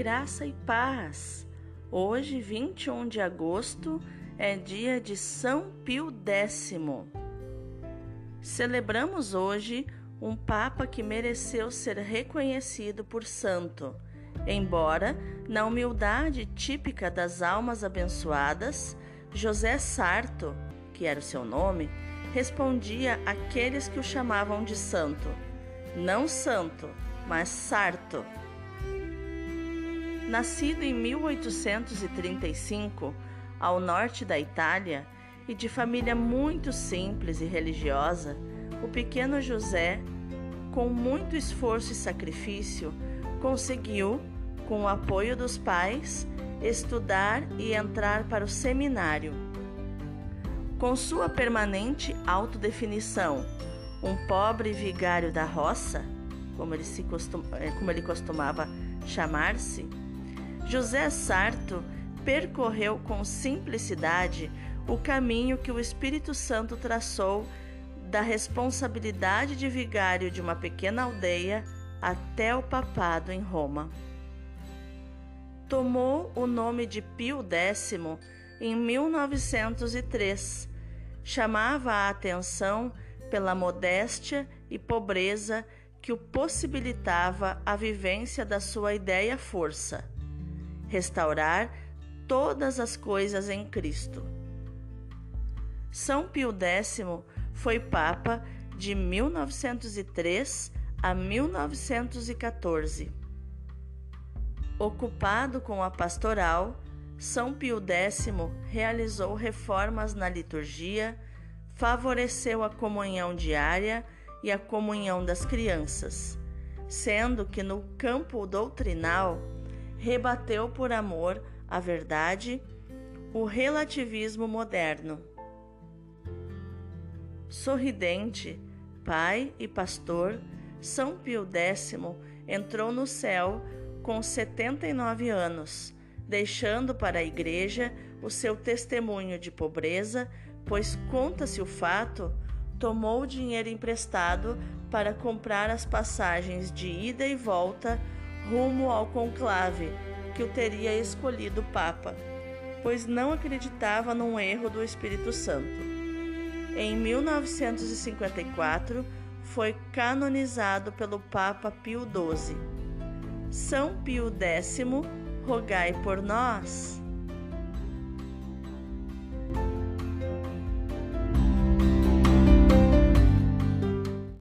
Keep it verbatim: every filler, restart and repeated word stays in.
Graça e paz! Hoje, vinte e um de agosto, é dia de São Pio Décimo. Celebramos hoje um Papa que mereceu ser reconhecido por santo, embora, na humildade típica das almas abençoadas, José Sarto, que era o seu nome, respondia àqueles que o chamavam de santo. Não santo, mas sarto. Nascido em mil oitocentos e trinta e cinco, ao norte da Itália, e de família muito simples e religiosa, o pequeno José, com muito esforço e sacrifício, conseguiu, com o apoio dos pais, estudar e entrar para o seminário. Com sua permanente autodefinição, um pobre vigário da roça, como ele, se costum, como ele costumava chamar-se, José Sarto percorreu com simplicidade o caminho que o Espírito Santo traçou da responsabilidade de vigário de uma pequena aldeia até o papado em Roma. Tomou o nome de Pio Décimo em mil novecentos e três. Chamava a atenção pela modéstia e pobreza que o possibilitava a vivência da sua ideia-força: restaurar todas as coisas em Cristo. São Pio Décimo foi Papa de mil novecentos e três a mil novecentos e quatorze. Ocupado com a pastoral, São Pio Décimo realizou reformas na liturgia, favoreceu a comunhão diária e a comunhão das crianças, sendo que no campo doutrinal rebateu por amor à verdade o relativismo moderno. Sorridente, pai e pastor, São Pio Décimo entrou no céu com setenta e nove anos, deixando para a Igreja o seu testemunho de pobreza, pois, conta-se o fato, tomou dinheiro emprestado para comprar as passagens de ida e volta rumo ao conclave que o teria escolhido Papa, pois não acreditava num erro do Espírito Santo. Em mil novecentos e cinquenta e quatro, foi canonizado pelo Papa Pio doze. São Pio Décimo, rogai por nós.